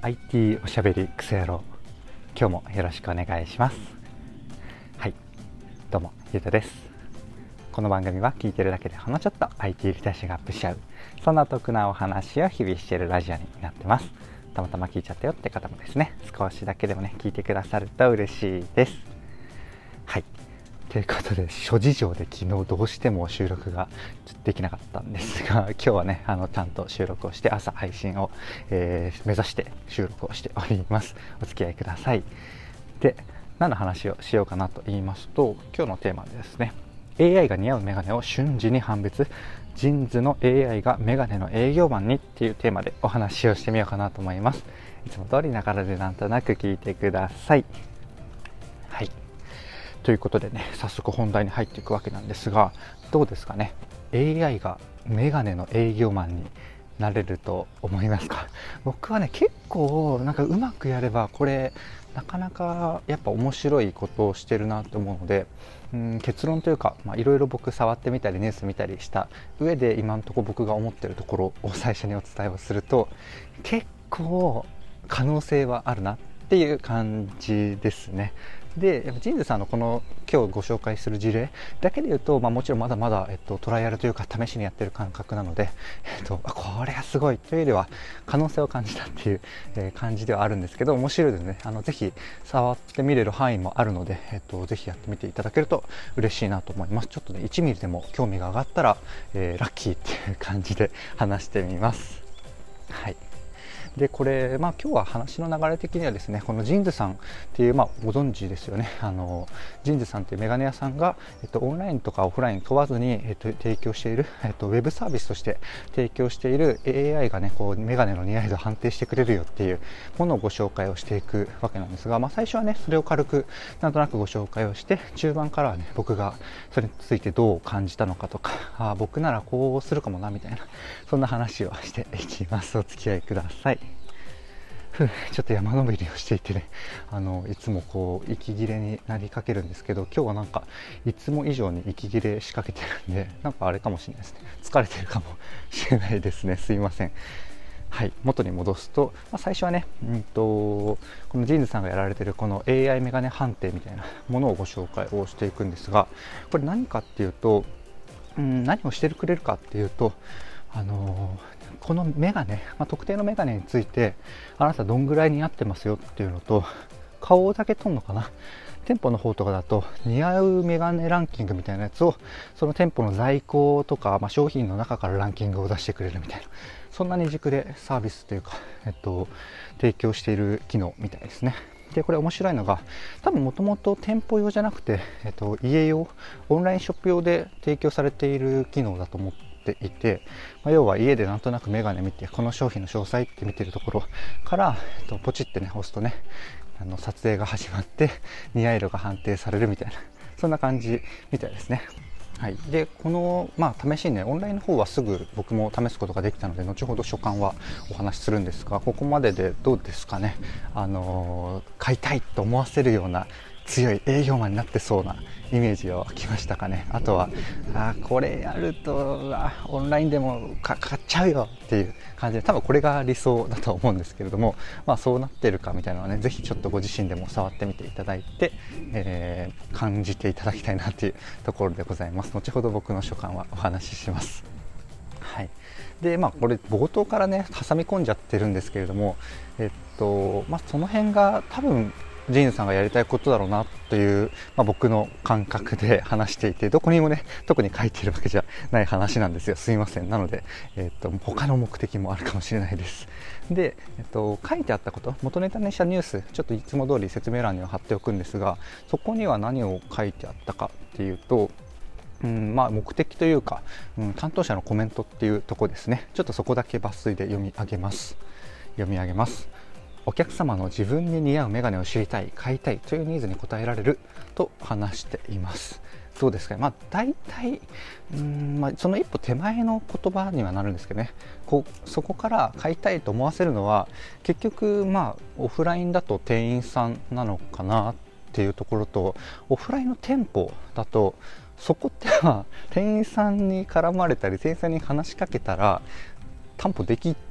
IT おしゃべりクソ野郎、今日もよろしくお願いします。はい、どうもゆうたです。この番組は聞いてるだけでほんのちょっと IT リテラシーがアップしちゃう、そんな得なお話を日々しているラジオになってます。たまたま聞いちゃったよって方もですね、少しだけでもね聞いてくださると嬉しいです。はい、ということで諸事情で昨日どうしても収録ができなかったんですが、今日はねちゃんと収録をして朝配信を、目指して収録をしております。お付き合いください。で、何の話をしようかなと言いますと、今日のテーマですね、 AI が似合うメガネを瞬時に判別、ジンズの AI がメガネの営業マンにっていうテーマでお話をしてみようかなと思います。いつも通りながらでなんとなく聞いてください。はい、ということでね、早速本題に入っていくわけなんですが、どうですかね、 AI がメガネの営業マンになれると思いますか？僕はね結構なんかうまくやればこれなかなかやっぱ面白いことをしてるなと思うので、結論というかいろいろ僕触ってみたりニュース見たりした上で今のところ僕が思ってるところを最初にお伝えをすると、結構可能性はあるなっていう感じですね。で、ジンズさんのこの今日ご紹介する事例だけで言うと、もちろんまだまだ、トライアルというか試しにやってる感覚なので、これはすごいというよりは可能性を感じたっていう、感じではあるんですけど、面白いですね。ぜひ触ってみれる範囲もあるので、ぜひやってみていただけると嬉しいなと思います。ちょっとね1ミリでも興味が上がったら、ラッキーっていう感じで話してみます。はい。でこれ、今日は話の流れ的にはですね、このジンズさんっていう、ご存知ですよね、ジンズさんっていうメガネ屋さんが、オンラインとかオフライン問わずに、提供している、ウェブサービスとして提供している AI がねこうメガネの似合い度を判定してくれるよっていうものをご紹介をしていくわけなんですが、最初はねそれを軽くなんとなくご紹介をして、中盤からはね僕がそれについてどう感じたのかとか、僕ならこうするかもなみたいな、そんな話をしていきます。お付き合いください。ちょっと山登りをしていてね、いつもこう息切れになりかけるんですけど、今日はなんかいつも以上に息切れしかけてるんで、なんかあれかもしれないですね、疲れてるかもしれないですね。すいません。はい、元に戻すと、最初はね、このジーンズさんがやられているこの AI メガネ判定みたいなものをご紹介をしていくんですが、これ何かっていうと、何をしてくれるかっていうと、このメガネ、特定のメガネについてあなたどんぐらい似合ってますよっていうのと、顔だけ撮るのかな、店舗の方とかだと似合うメガネランキングみたいなやつをその店舗の在庫とか、商品の中からランキングを出してくれるみたいな、そんな二軸でサービスというか、提供している機能みたいですね。でこれ面白いのが、多分もともと店舗用じゃなくて、家用オンラインショップ用で提供されている機能だと思っていて、要は家でなんとなくメガネ見て、この商品の詳細って見てるところから、ポチってね押すとね、撮影が始まって似合い度が判定されるみたいな、そんな感じみたいですね。はい、でこの、試しにねオンラインの方はすぐ僕も試すことができたので、後ほど所感はお話しするんですが、ここまででどうですかね。買いたいと思わせるような強い営業マンになってそうなイメージはきましたかね。あとはこれやるとオンラインでも買っちゃうよっていう感じで、多分これが理想だと思うんですけれども、そうなってるかみたいなのはね、ぜひちょっとご自身でも触ってみていただいて、感じていただきたいなというところでございます。後ほど僕の所感はお話しします。はい、でこれ冒頭からね挟み込んじゃってるんですけれども、その辺が多分ジーンさんがやりたいことだろうなという、僕の感覚で話していて、どこにもね特に書いているわけじゃない話なんですよ。すいません。なので、他の目的もあるかもしれないです。で、書いてあったこと、元ネタにしたニュース、ちょっといつも通り説明欄には貼っておくんですが、そこには何を書いてあったかっていうと、目的というか、担当者のコメントっていうところですね。ちょっとそこだけ抜粋で読み上げます。お客様の自分に似合うメガネを知りたい、買いたいというニーズに応えられると話しています。どうですかね。大体その一歩手前の言葉にはなるんですけどね、そこから買いたいと思わせるのは結局オフラインだと店員さんなのかなっていうところと、オフラインの店舗だとそこって店員さんに絡まれたり店員さんに話しかけたら担保でき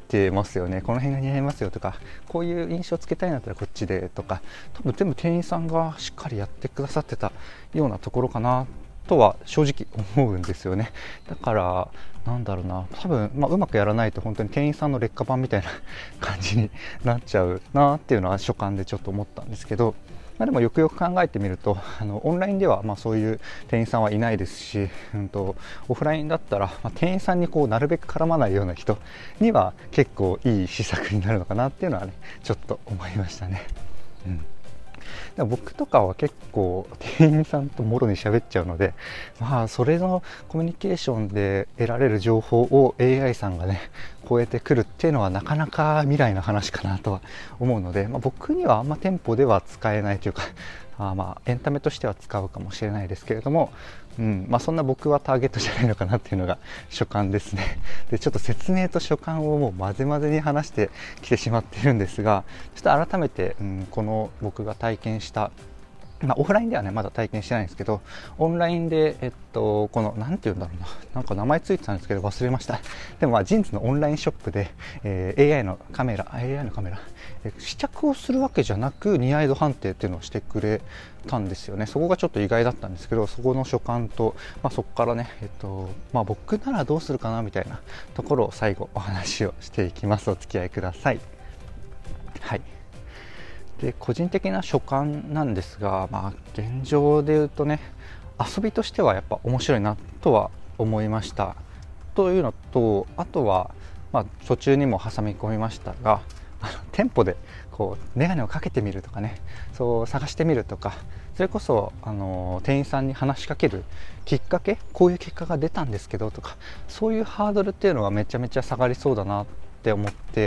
てますよね。この辺が似合いますよとか、こういう印象つけたいんだったらこっちでとか、多分全部店員さんがしっかりやってくださってたようなところかなとは正直思うんですよね。だからなんだろうな、多分、うまくやらないと本当に店員さんの劣化版みたいな感じになっちゃうなっていうのは所感でちょっと思ったんですけど、でもよくよく考えてみると、オンラインではそういう店員さんはいないですし、オフラインだったら、店員さんにこうなるべく絡まないような人には結構いい施策になるのかなっていうのはね、ちょっと思いましたね。僕とかは結構店員さんともろに喋っちゃうので、それのコミュニケーションで得られる情報を AI さんがね超えてくるっていうのはなかなか未来の話かなとは思うので、僕にはあんま店舗では使えないというか、エンタメとしては使うかもしれないですけれども、そんな僕はターゲットじゃないのかなっていうのが所感ですね。でちょっと説明と所感をもう混ぜ混ぜに話してきてしまっているんですが、ちょっと改めて、この僕が体験したオフラインではねまだ体験してないんですけど、オンラインで、このなんていうんだろうな、なんか名前ついてたんですけど忘れました。でもジーンズのオンラインショップで、AI のカメラ試着をするわけじゃなく似合い度判定っていうのをしてくれたんですよね。そこがちょっと意外だったんですけど、そこの所感と、そこからね、僕ならどうするかなみたいなところを最後お話をしていきます。お付き合いください。はい。で個人的な所感なんですが、現状で言うとね、遊びとしてはやっぱ面白いなとは思いましたというのと、あとは、途中にも挟み込みましたが、店舗でこう眼鏡をかけてみるとかね、そう探してみるとか、それこそ店員さんに話しかけるきっかけ、こういう結果が出たんですけどとか、そういうハードルっていうのはめちゃめちゃ下がりそうだなって思って、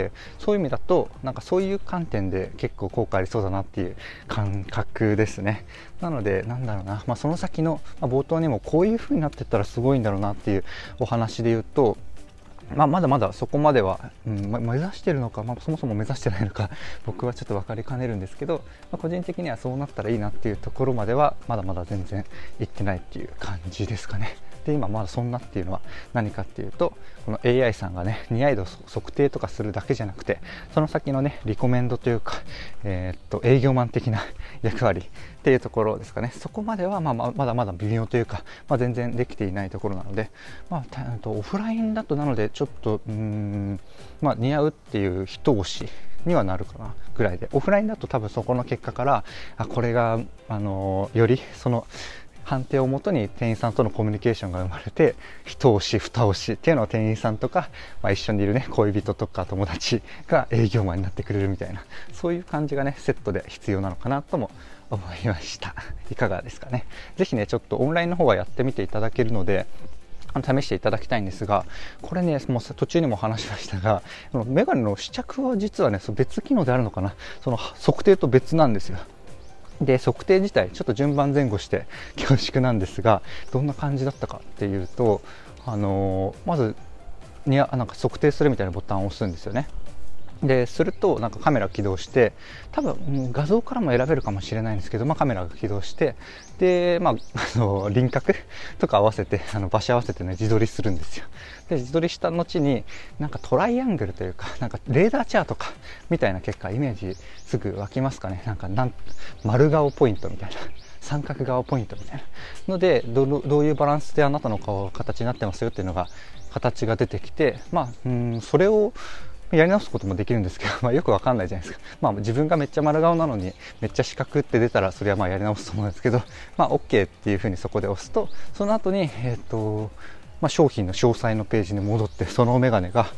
そういう意味だとなんかそういう観点で結構効果ありそうだなっていう感覚ですね。なのでなんだろうな、その先の、冒頭にもこういう風になっていったらすごいんだろうなっていうお話で言うと、まだまだそこまでは、目指しているのか、そもそも目指してないのか僕はちょっと分かりかねるんですけど、個人的にはそうなったらいいなっていうところまではまだまだ全然いってないっていう感じですかね。で今まだそんなっていうのは何かっていうと、この AI さんがね似合い度測定とかするだけじゃなくて、その先のねリコメンドというか、営業マン的な役割っていうところですかね。そこまではまだまだ微妙というか、全然できていないところなので、オフラインだとなのでちょっと似合うっていう一押しにはなるかなぐらいで、オフラインだと多分そこの結果からこれがよりその判定をもとに店員さんとのコミュニケーションが生まれて、一押し二押しっていうのを店員さんとか、一緒にいるね恋人とか友達が営業マンになってくれるみたいな、そういう感じがねセットで必要なのかなとも思いました。いかがですかね。ぜひねちょっとオンラインの方はやってみていただけるので試していただきたいんですが、これねもう途中にも話しましたが、メガネの試着は実はね別機能であるのかな、その測定と別なんですよ。で測定自体ちょっと順番前後して恐縮なんですが、どんな感じだったかっていうと、まずなんか測定するみたいなボタンを押すんですよね。でするとなんかカメラ起動して、多分画像からも選べるかもしれないんですけど、カメラが起動して、で、輪郭とか合わせて場所合わせてね自撮りするんですよ。で自撮りした後になんかトライアングルというか、なんかレーダーチャートかみたいな結果イメージすぐ湧きますかね。なん丸顔ポイントみたいな、三角顔ポイントみたいなので、どういうバランスであなたの顔が形になってますよっていうのが形が出てきて、それをやり直すこともできるんですけど、よくわかんないじゃないですか。自分がめっちゃ丸顔なのにめっちゃ四角って出たらそれはやり直すと思うんですけど、OK っていう風にそこで押すと、その後に商品の詳細のページに戻って、そのメガネが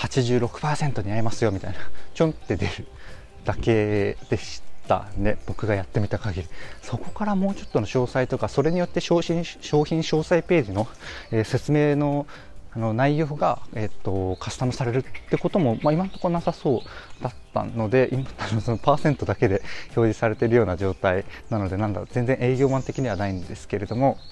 86% に合いますよみたいなちょんって出るだけでしたね、僕がやってみた限り。そこからもうちょっとの詳細とか、それによって商品詳細ページの、説明の内容が、カスタムされるってことも、今のところなさそうだったので、そのパーセントだけで表示されているような状態なので、全然営業マン的にはないんですけれども、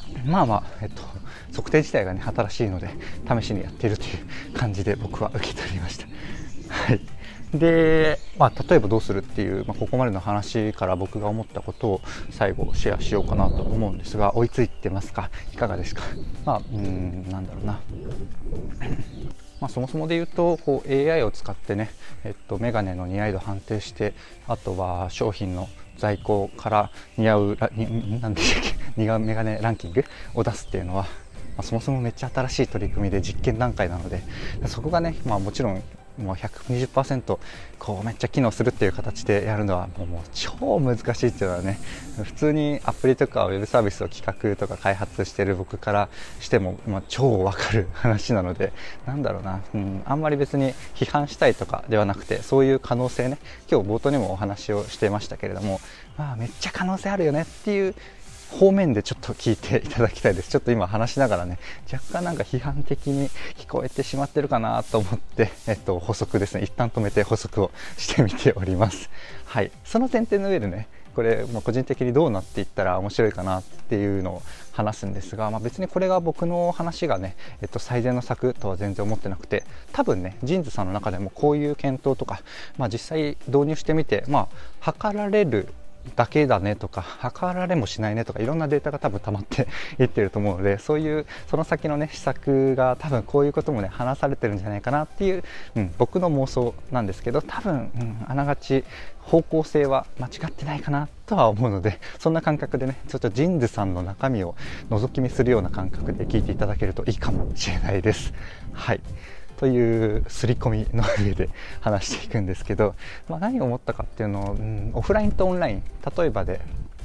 測定自体がね新しいので試しにやっているという感じで僕は受け取りました。はい。で、例えばどうするっていう、ここまでの話から僕が思ったことを最後シェアしようかなと思うんですが、追いついてますか？いかがですか？なんだろうな。 そもそもで言うとこう AI を使ってね、メガネの似合い度判定して、あとは商品の在庫から似合う何でしたっけ、似合うメガネランキングを出すっていうのは、そもそもめっちゃ新しい取り組みで実験段階なので、そこがね、もちろんもう 120% こうめっちゃ機能するっていう形でやるのはもう超難しいっていうのはね、普通にアプリとかウェブサービスを企画とか開発してる僕からしても、超わかる話なので、なんだろうな、あんまり別に批判したいとかではなくて、そういう可能性ね、今日冒頭にもお話をしてましたけれども、めっちゃ可能性あるよねっていう方面でちょっと聞いていただきたいです。ちょっと今話しながらね、若干なんか批判的に聞こえてしまってるかなと思って、補足ですね、一旦止めて補足をしてみております。はい、その前提の上でね、これ個人的にどうなっていったら面白いかなっていうのを話すんですが、別にこれが僕の話がね、最善の策とは全然思ってなくて、多分ね、ジーンズさんの中でもこういう検討とか、実際導入してみて、測られるだけだねとか測られもしないねとか、いろんなデータが多分溜まっていってると思うので、そういうその先のね施策が多分こういうこともね話されてるんじゃないかなっていう、僕の妄想なんですけど、多分、あながち方向性は間違ってないかなとは思うので、そんな感覚でね、ちょっとジンズさんの中身を覗き見するような感覚で聞いていただけるといいかもしれないです。はい、という刷り込みの上で話していくんですけど、何を思ったかっていうのを、オフラインとオンライン、例えばで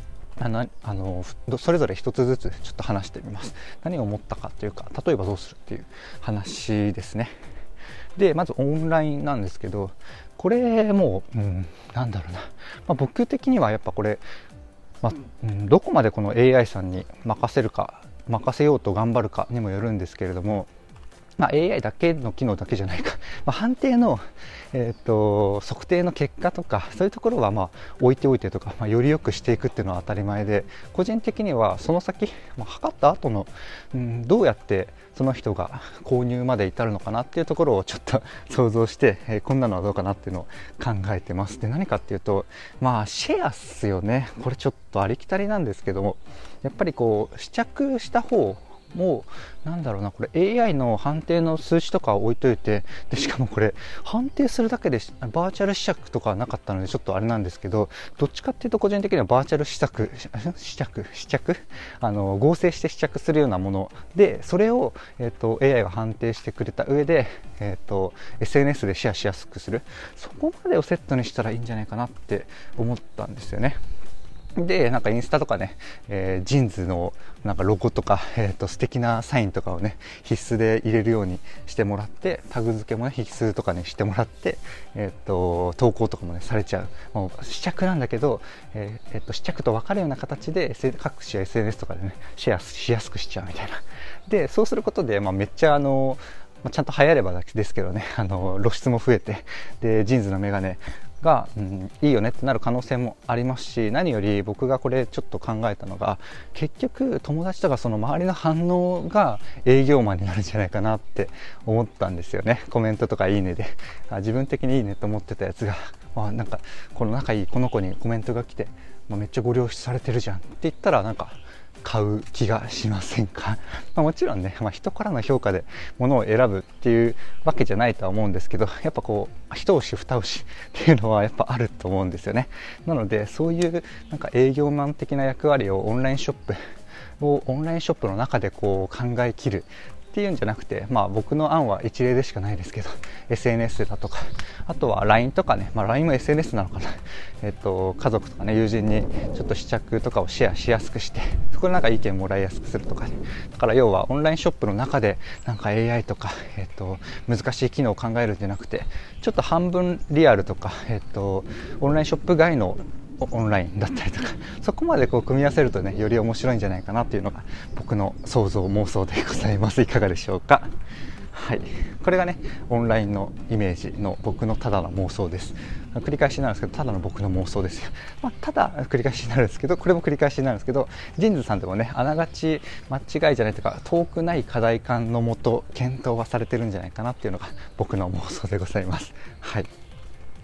それぞれ一つずつちょっと話してみます。何を思ったかというか、例えばどうするっていう話ですね。でまずオンラインなんですけど、これもう、なんだろうな、僕的にはやっぱこれ、どこまでこの AI さんに任せようと頑張るかにもよるんですけれども、AI だけの機能だけじゃないか、判定の、測定の結果とかそういうところは置いておいてとか、より良くしていくっていうのは当たり前で、個人的にはその先、測った後の、どうやってその人が購入まで至るのかなっていうところをちょっと想像して、こんなのはどうかなっていうのを考えてます。で何かっていうと、シェアっすよね。これちょっとありきたりなんですけども、やっぱりこう試着した方もうなんだろうな、これ AI の判定の数値とか置いといて、でしかもこれ判定するだけでバーチャル試着とかはなかったのでちょっとあれなんですけど、どっちかっていうと個人的にはバーチャル試着合成して試着するようなもので、それを、AI が判定してくれた上で、SNS でシェアしやすくする、そこまでをセットにしたらいいんじゃないかなって思ったんですよね。でなんかインスタとかね、ジーンズのなんかロゴとか、素敵なサインとかをね必須で入れるようにしてもらって、タグ付けもね必須とかにしてもらって、投稿とかもねされちゃう、もう試着なんだけど、試着と分かるような形で各種 SNS とかでねシェアしやすくしちゃうみたいな。でそうすることで、めっちゃちゃんと流行ればですけどね、露出も増えて、でジーンズのメガネが、いいよねってなる可能性もありますし、何より僕がこれちょっと考えたのが、結局友達とかその周りの反応が営業マンになるんじゃないかなって思ったんですよね。コメントとかいいねで、自分的にいいねと思ってたやつが、なんかこの仲いいこの子にコメントが来て、めっちゃご了承されてるじゃんって言ったら、なんか買う気がしませんか？もちろんね、人からの評価で物を選ぶっていうわけじゃないとは思うんですけど、やっぱこう一押し二押しっていうのはやっぱあると思うんですよね。なのでそういうなんか営業マン的な役割をオンラインショップの中でこう考えきるっていうんじゃなくて、僕の案は一例でしかないですけど、 SNS だとか、あとは LINE とかね、LINE も SNS なのかな、家族とかね友人にちょっと試着とかをシェアしやすくして、そこでなんか意見もらいやすくするとかね。だから要はオンラインショップの中でなんか AI とか、難しい機能を考えるんじゃなくて、ちょっと半分リアルとか、オンラインショップ外のオンラインだったりとか、そこまでこう組み合わせるとねより面白いんじゃないかなっていうのが僕の想像妄想でございます。いかがでしょうか？はい、これがねオンラインのイメージの僕のただの妄想です。繰り返しになるんですけど、ただの僕の妄想ですよ。ただ繰り返しになるんですけど、これも繰り返しになるんですけど、ジーンズさんでもねあながち間違いじゃないというか、遠くない課題感のもと検討はされてるんじゃないかなっていうのが僕の妄想でございます。はい。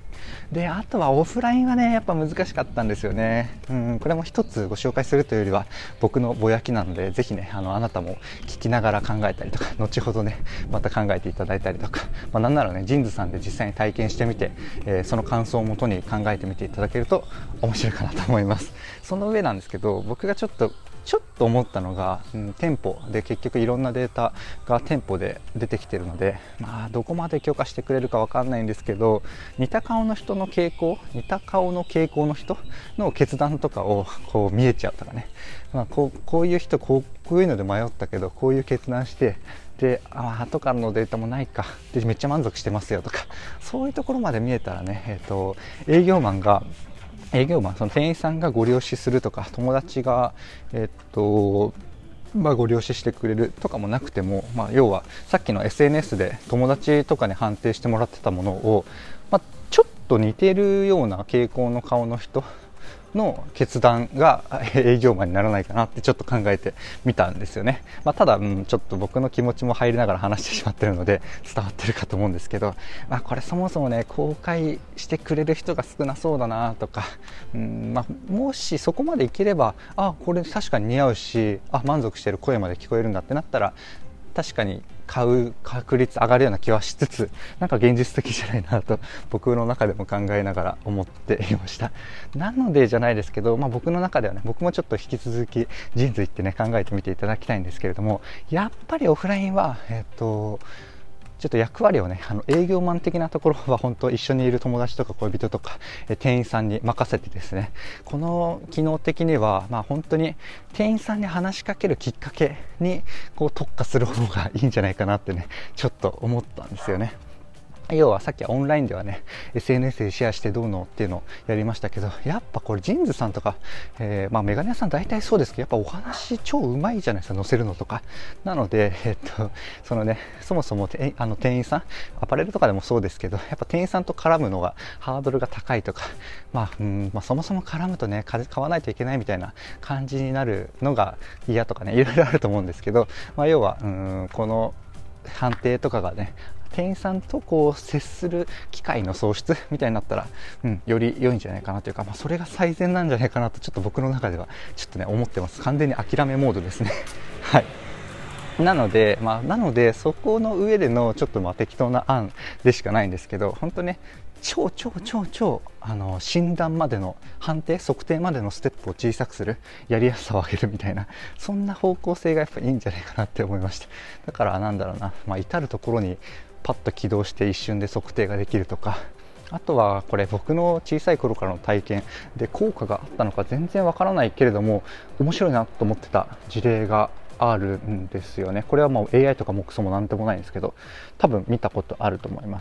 であとはオフラインはねやっぱ難しかったんですよね。これも一つご紹介するというよりは僕のぼやきなので、ぜひねあなたも聞きながら考えたりとか、後ほどねまた考えていただいたりとか、なんならねジンズさんで実際に体験してみて、その感想をもとに考えてみていただけると面白いかなと思います。その上なんですけど、僕がちょっと思ったのが、店舗で結局いろんなデータが店舗で出てきているので、どこまで許可してくれるかわかんないんですけど、似た顔の人の傾向の人の決断とかをこう見えちゃうとかね、こういう人こういうので迷ったけどこういう決断して、で後からのデータもないかでめっちゃ満足してますよとか、そういうところまで見えたらね、営業マンその店員さんがご了承するとか、友達がご了承してくれるとかもなくても、要はさっきの SNS で友達とかに判定してもらってたものを、ちょっと似てるような傾向の顔の人の決断が営業マンにならないかなってちょっと考えてみたんですよね。ただ、ちょっと僕の気持ちも入りながら話してしまってるので伝わってるかと思うんですけど、これそもそもね公開してくれる人が少なそうだなとか、もしそこまでいければこれ確かに似合うし満足してる声まで聞こえるんだってなったら、確かに買う確率上がるような気はしつつ、なんか現実的じゃないなと僕の中でも考えながら思っていました。なのでじゃないですけど、僕の中ではね、僕もちょっと引き続きジーンズ行ってね考えてみていただきたいんですけれども、やっぱりオフラインはちょっと役割をね、営業マン的なところは本当一緒にいる友達とか恋人とか店員さんに任せてですね、この機能的には本当に店員さんに話しかけるきっかけにこう特化する方がいいんじゃないかなってねちょっと思ったんですよね。要はさっきオンラインではね SNS でシェアしてどうのっていうのをやりましたけど、やっぱこれジンズさんとか、メガネ屋さん大体そうですけど、やっぱお話超うまいじゃないですか、載せるのとか。なので、そのね、そもそも店員さん、アパレルとかでもそうですけど、やっぱ店員さんと絡むのがハードルが高いとか、そもそも絡むとね買わないといけないみたいな感じになるのが嫌とかね、いろいろあると思うんですけど、要はこの判定とかがね店員さんとこう接する機会の創出みたいになったら、より良いんじゃないかなというか、それが最善なんじゃないかなとちょっと僕の中ではちょっとね思ってます。完全に諦めモードですねはいなので、そこの上でのちょっと適当な案でしかないんですけど、本当ね超診断までの判定測定までのステップを小さくする、やりやすさを上げるみたいな、そんな方向性がやっぱいいんじゃないかなって思いました。だからなんだろうな、至るところにパッと起動して一瞬で測定ができるとか、あとはこれ僕の小さい頃からの体験で効果があったのか全然わからないけれども面白いなと思ってた事例があるんですよね。これはもう AI とかもクソもなんでもないんですけど、多分見たことあると思います。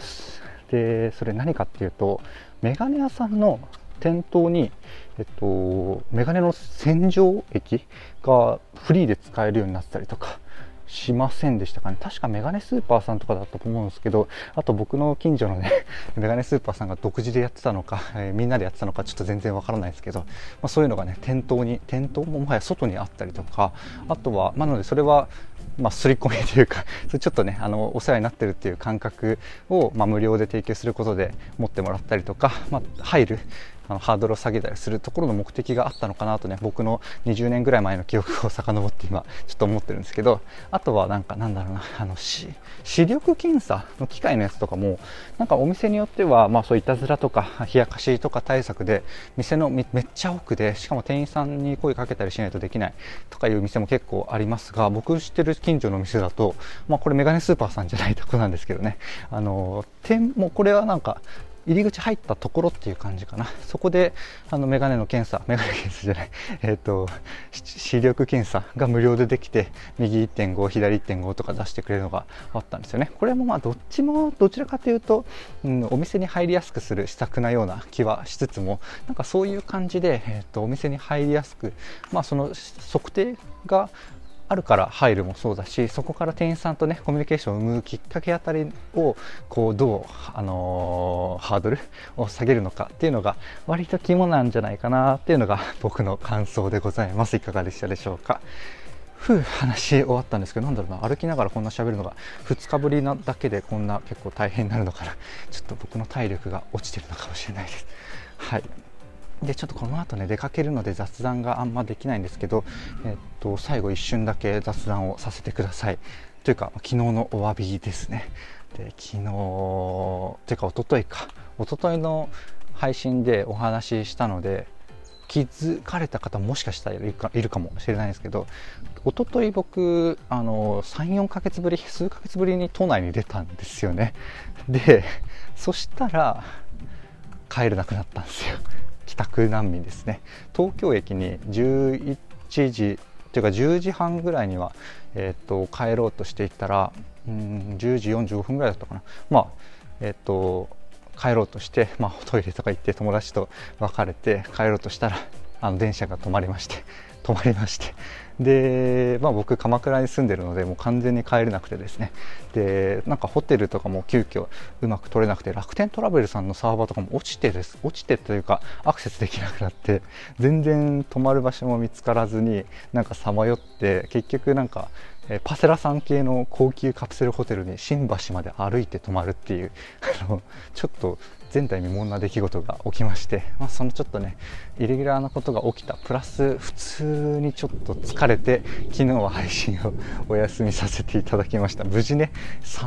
でそれ何かっていうと、メガネ屋さんの店頭に、メガネの洗浄液がフリーで使えるようになってたりとかしませんでしたかね。確かメガネスーパーさんとかだったと思うんですけど、あと僕の近所のねメガネスーパーさんが独自でやってたのか、みんなでやってたのかちょっと全然わからないですけど、そういうのがね店頭ももはや外にあったりとか、あとはなのでそれは刷り込みというかちょっとねお世話になってるっていう感覚を、無料で提供することで持ってもらったりとか、入るハードルを下げたりするところの目的があったのかなとね、僕の20年ぐらい前の記憶を遡って今ちょっと思ってるんですけど、あとはなんだろうな、視力検査の機械のやつとかもお店によってはそういたずらとか冷やかしとか対策で店のめっちゃ奥で、しかも店員さんに声かけたりしないとできないとかいう店も結構ありますが、僕知ってる近所の店だと、これメガネスーパーさんじゃないとこなんですけどね、もうこれは入り口入ったところっていう感じかな。そこでメガネ検査じゃない視力検査が無料でできて、右 1.5 左 1.5 とか出してくれるのがあったんですよね。これもどちらかというと、お店に入りやすくする施策なような気はしつつも、そういう感じで、お店に入りやすく、その測定があるから入るもそうだし、そこから店員さんとねコミュニケーションを生むきっかけあたりをどう、ハードルを下げるのかっていうのが割と肝なんじゃないかなっていうのが僕の感想でございます。いかがでしたでしょうか。 話し終わったんですけど、なんだろうな、歩きながらこんな喋るのが2日ぶりなだけでこんな結構大変になるのかな。ちょっと僕の体力が落ちてるのかもしれないです。はい。でちょっとこの後ね出かけるので雑談があんまできないんですけど、最後一瞬だけ雑談をさせてください。というか昨日のお詫びですね。で昨日というか一昨日の配信でお話ししたので気づかれた方もしかしたらいるかもしれないんですけど、一昨日僕3、4ヶ月ぶり数ヶ月ぶりに都内に出たんですよね。でそしたら帰れなくなったんですよ。帰宅難民ですね。東京駅に11時というか10時半ぐらいには、帰ろうとしていったら10時45分ぐらいだったかな。帰ろうとして、トイレとか行って友達と別れて帰ろうとしたら電車が止まりましてで、僕鎌倉に住んでるのでもう完全に帰れなくてですね。でなんかホテルとかも急遽うまく取れなくて、楽天トラベルさんのサーバーとかも落ちてというかアクセスできなくなって、全然泊まる場所も見つからずになんかさまよって、結局なんかパセラさん系の高級カプセルホテルに新橋まで歩いて泊まるっていうちょっと前代未聞な出来事が起きまして、そのちょっとねイレギュラーなことが起きたプラス普通にちょっと疲れて昨日は配信をお休みさせていただきました。無事ね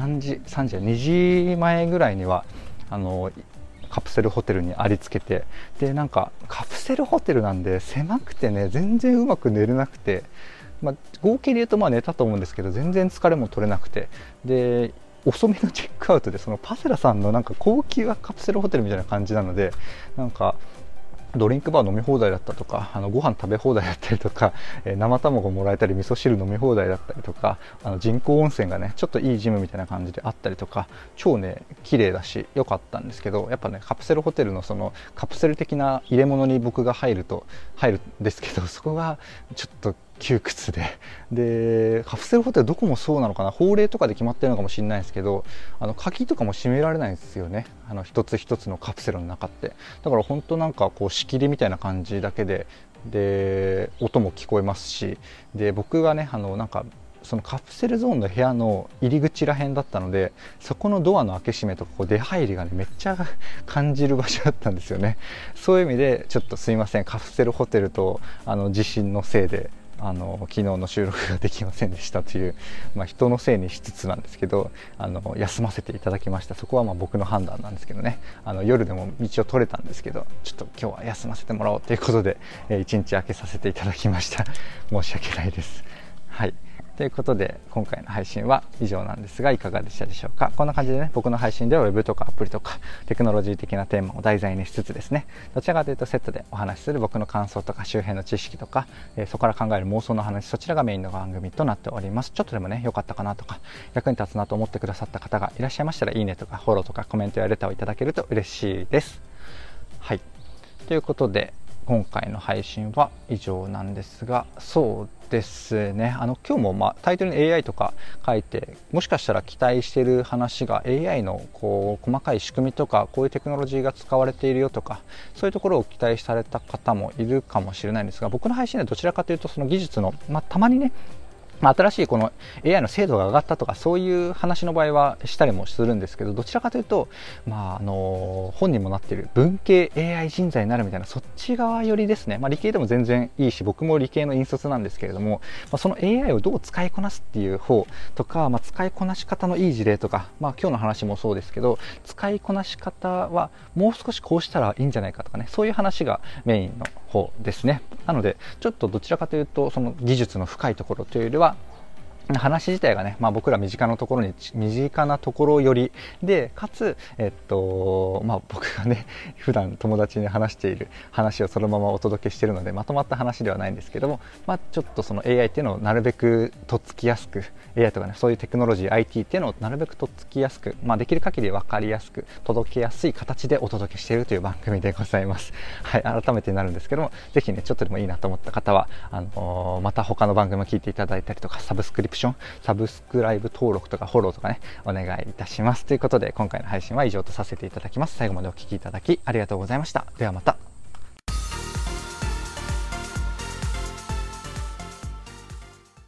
2時前ぐらいにはカプセルホテルにありつけて、でなんかカプセルホテルなんで狭くてね全然うまく寝れなくて、合計で言うと寝たと思うんですけど全然疲れも取れなくて、で遅めのチェックアウトでそのパセラさんのなんか高級カプセルホテルみたいな感じなので、なんかドリンクバー飲み放題だったとかご飯食べ放題だったりとか、生卵もらえたり味噌汁飲み放題だったりとか、人工温泉がねちょっといいジムみたいな感じであったりとか、超ね綺麗だし良かったんですけど、やっぱねカプセルホテルのそのカプセル的な入れ物に僕が入るんですけど、そこがちょっと窮屈でカプセルホテルどこもそうなのかな、法令とかで決まってるのかもしれないですけど鍵とかも閉められないんですよね、一つ一つのカプセルの中って。だから本当なんかこう仕切りみたいな感じだけで音も聞こえますし、で僕がねなんかそのカプセルゾーンの部屋の入り口ら辺だったので、そこのドアの開け閉めとかこう出入りがねめっちゃ感じる場所だったんですよね。そういう意味でちょっとすいません、カプセルホテルと地震のせいで昨日の収録ができませんでしたという、人のせいにしつつなんですけど休ませていただきました。そこは僕の判断なんですけどね、夜でも道を取れたんですけど、ちょっと今日は休ませてもらおうということで、一日空けさせていただきました。申し訳ないです。はい、ということで今回の配信は以上なんですが、いかがでしたでしょうか。こんな感じでね、僕の配信では Web とかアプリとかテクノロジー的なテーマを題材にしつつですね、どちらかというとセットでお話しする僕の感想とか周辺の知識とか、そこから考える妄想の話、そちらがメインの番組となっております。ちょっとでもね良かったかなとか役に立つなと思ってくださった方がいらっしゃいましたら、いいねとかフォローとかコメントやレターをいただけると嬉しいです。はい、ということで今回の配信は以上なんですが、そうですね、今日もタイトルに AI とか書いて、もしかしたら期待している話が AI のこう細かい仕組みとか、こういうテクノロジーが使われているよとか、そういうところを期待された方もいるかもしれないんですが、僕の配信ではどちらかというとその技術の、たまにね新しいこの AI の精度が上がったとかそういう話の場合はしたりもするんですけど、どちらかというと、本にもなっている文系 AI 人材になるみたいなそっち側寄りですね。理系でも全然いいし、僕も理系の引率なんですけれども、その AI をどう使いこなすっていう方とか、使いこなし方のいい事例とか、今日の話もそうですけど、使いこなし方はもう少しこうしたらいいんじゃないかとかね、そういう話がメインの方ですね。なのでちょっとどちらかというとその技術の深いところというよりは話自体がね、僕ら身近なところよりで、かつ、僕がね普段友達に話している話をそのままお届けしているのでまとまった話ではないんですけども、ちょっとその AI っていうのをなるべくとっつきやすく、 AI とかねそういうテクノロジー IT っていうのをなるべくとっつきやすく、できる限り分かりやすく届けやすい形でお届けしているという番組でございます。はい、改めてになるんですけども、ぜひねちょっとでもいいなと思った方はまた他の番組を聞いていただいたりとか、サブスクライブ登録とかフォローとかねお願いいたします。ということで今回の配信は以上とさせていただきます。最後までお聞きいただきありがとうございました。ではまた。